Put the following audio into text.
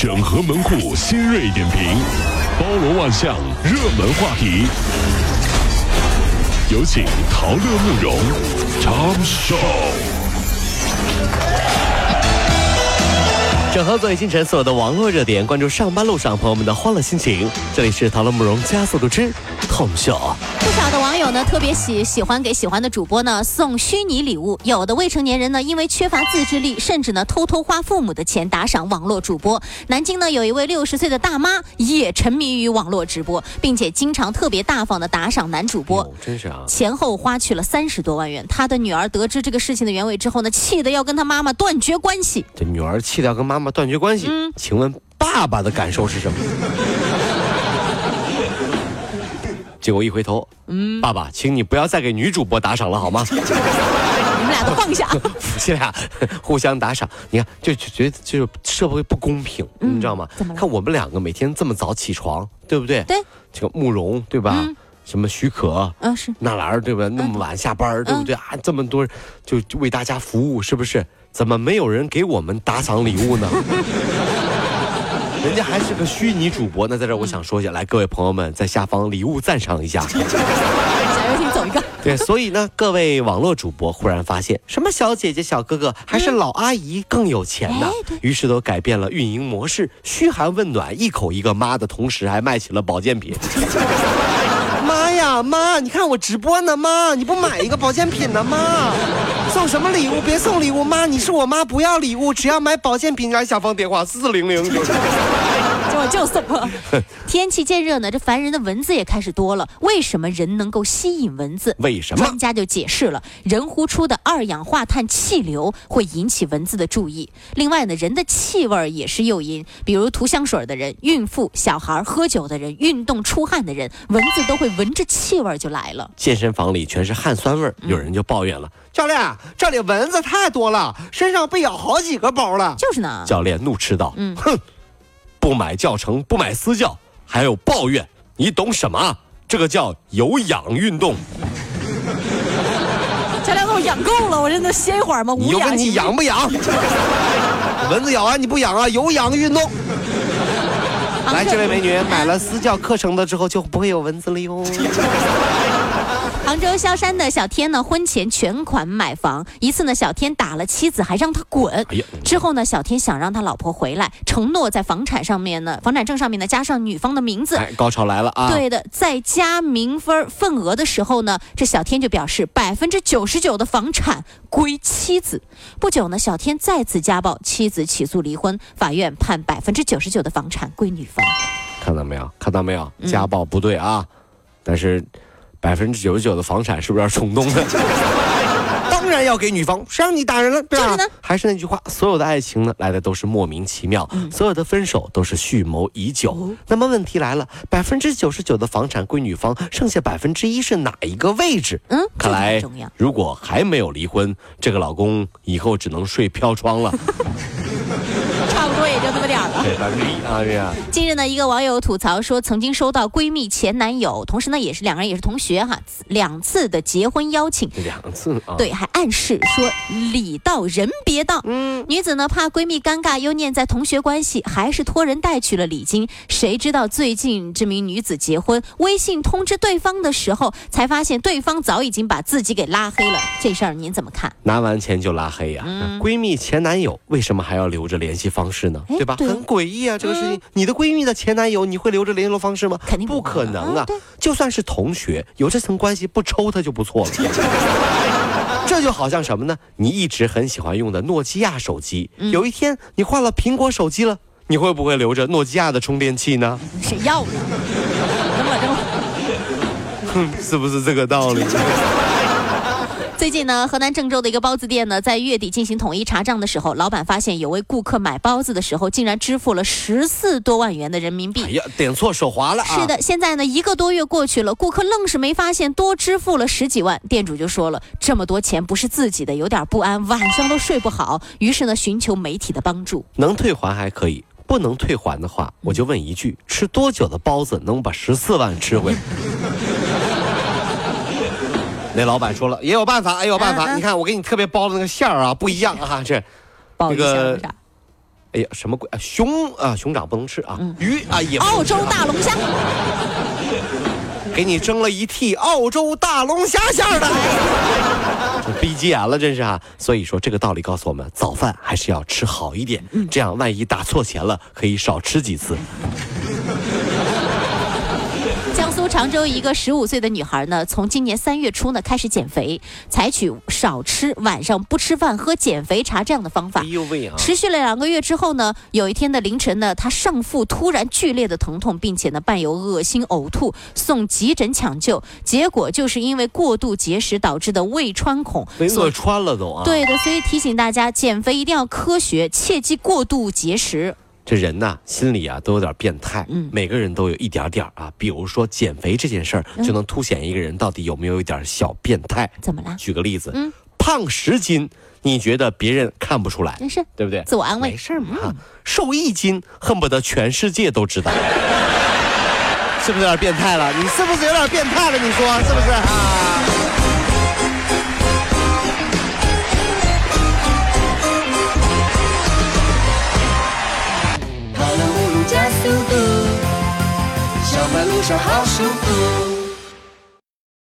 整合门户新锐点评，包罗万象，热门话题。有请陶乐慕容 Tom Show。 整合最新城所有的网络热点，关注上班路上朋友们的欢乐心情。这里是陶乐慕容加速度之 Tom Show。 不少的网友呢，特别喜欢给喜欢的主播呢送虚拟礼物。有的未成年人呢，因为缺乏自制力，甚至呢偷偷花父母的钱打赏网络主播。南京呢有一位60岁的大妈也沉迷于网络直播，并且经常特别大方的打赏男主播， 真是啊， 前后花去了30多万元。他的女儿得知这个事情的原委之后呢，气得要跟他妈妈断绝关系。 这女儿气得要跟妈妈断绝关系。请问爸爸的感受是什么？结果一回头，爸爸，请你不要再给女主播打赏了好吗？ 你们俩都放下。 夫妻俩互相打赏，你看就觉得就是社会不公平，你知道吗？看我们两个每天这么早起床，对不对？ 对， 这个慕容对吧？什么许可， 是纳兰对吧？那么晚下班，对不对啊？这么多人就为大家服务，是不是？怎么没有人给我们打赏礼物呢？人家还是个虚拟主播。那在这我想说一下，来各位朋友们在下方礼物赞赏一下。 小游艇走一个。 对，所以呢，各位网络主播忽然发现，什么小姐姐、小哥哥，还是老阿姨更有钱呢？于是都改变了运营模式，嘘寒问暖，一口一个妈的同时，还卖起了保健品。妈呀，妈，你看我直播呢，妈，你不买一个保健品呢，妈？送什么礼物？别送礼物，妈，你是我妈，不要礼物，只要买保健品。来下方电话4400。 我就送了。天气渐热呢，这烦人的蚊子也开始多了。为什么人能够吸引蚊子？ 为什么？ 专家就解释了，人呼出的2氧化碳气流会引起蚊子的注意。另外呢，人的气味也是诱因，比如涂香水的人、孕妇、小孩、喝酒的人、运动出汗的人，蚊子都会闻着气味就来了。 健身房里全是汗酸味，有人就抱怨了，教练，这里蚊子太多了，身上被咬好几个包了。 就是呢。 教练怒斥道，哼，不买教程，不买私教，还有抱怨，你懂什么？这个叫有氧运动。 教练，我养够了，我真的歇一会儿吗？ 你就问你痒不痒？蚊子咬完你不痒啊？有氧运动。来，这位美女，买了私教课程的之后就不会有蚊子了哟。 杭州萧山的小天呢，婚前全款买房，一次呢，小天打了妻子，还让他滚。之后呢，小天想让他老婆回来，承诺在房产证上面呢加上女方的名字。 高潮来了啊！ 对的，在加名份额的时候呢，这小天就表示99%的房产归妻子。不久呢，小天再次家暴，妻子起诉离婚，法院判99%的房产归女方。 看到没有？看到没有？家暴不对啊，但是99%的房产是不是要冲动的？当然要给女方，谁让你打人了？对吧？还是那句话，所有的爱情呢，来的都是莫名其妙，所有的分手都是蓄谋已久。那么问题来了，99%的房产归女方，剩下1%是哪一个位置？看来如果还没有离婚，这个老公以后只能睡飘窗了。 差不多也就这么点了。 对，1%啊，这样。 近日呢，一个网友吐槽说，曾经收到闺蜜前男友，同时呢也是2个人也是同学哈，2次的结婚邀请 ，2次啊， 对，还暗示说礼到人别到。女子呢怕闺蜜尴尬，又念在同学关系，还是托人带去了礼金。谁知道最近这名女子结婚，微信通知对方的时候，才发现对方早已经把自己给拉黑了。这事儿您怎么看？ 拿完钱就拉黑呀？闺蜜前男友为什么还要留着联系方式呢？对吧？很诡异啊，这个事情。你的闺蜜的前男友，你会留着联络方式吗？ 肯定不可能啊！就算是同学，有这层关系，不抽他就不错了。这就好像什么呢？你一直很喜欢用的诺基亚手机，有一天你换了苹果手机了，你会不会留着诺基亚的充电器呢？ 谁要呢？ 是不是这个道理？ 最近呢，河南郑州的一个包子店呢，在月底进行统一查账的时候，老板发现有位顾客买包子的时候，竟然支付了14多万元的人民币。 哎呀，点错手滑了啊！ 是的，现在呢1个多月过去了，顾客愣是没发现多支付了10几万。店主就说了，这么多钱不是自己的，有点不安，晚上都睡不好。于是呢，寻求媒体的帮助。 能退还还可以，不能退还的话，我就问一句：吃多久的包子能把14万吃回来？那老板说了，也有办法，也有办法。你看我给你特别包的那个馅儿啊，不一样啊，这包一馅儿哎呀，什么鬼啊？熊掌不能吃啊，鱼啊也不能吃啊。 澳洲大龙虾， 给你蒸了一屉澳洲大龙虾馅儿的，这逼急眼了，真是啊！所以说这个道理告诉我们，早饭还是要吃好一点，这样万一打错钱了，可以少吃几次。 江苏常州一个15岁的女孩呢，从今年3月初呢开始减肥，采取少吃、晚上不吃饭、喝减肥茶这样的方法。 哎呦喂啊！ 持续了2个月之后呢，有一天的凌晨呢，她上腹突然剧烈的疼痛，并且呢伴有恶心、呕吐，送急诊抢救，结果就是因为过度节食导致的胃穿孔。 饿穿了都啊！ 对的，所以提醒大家，减肥一定要科学，切忌过度节食。 这人呐，心里啊都有点变态，每个人都有一点点啊。比如说减肥这件事儿，就能凸显一个人到底有没有一点小变态。 怎么了？ 举个例子，胖10斤，你觉得别人看不出来， 是对不对？ 自我安慰， 没事嘛。瘦1斤，恨不得全世界都知道，是不是有点变态了？你是不是有点变态了？你说是不是啊？ 加速度，上班路上好舒服。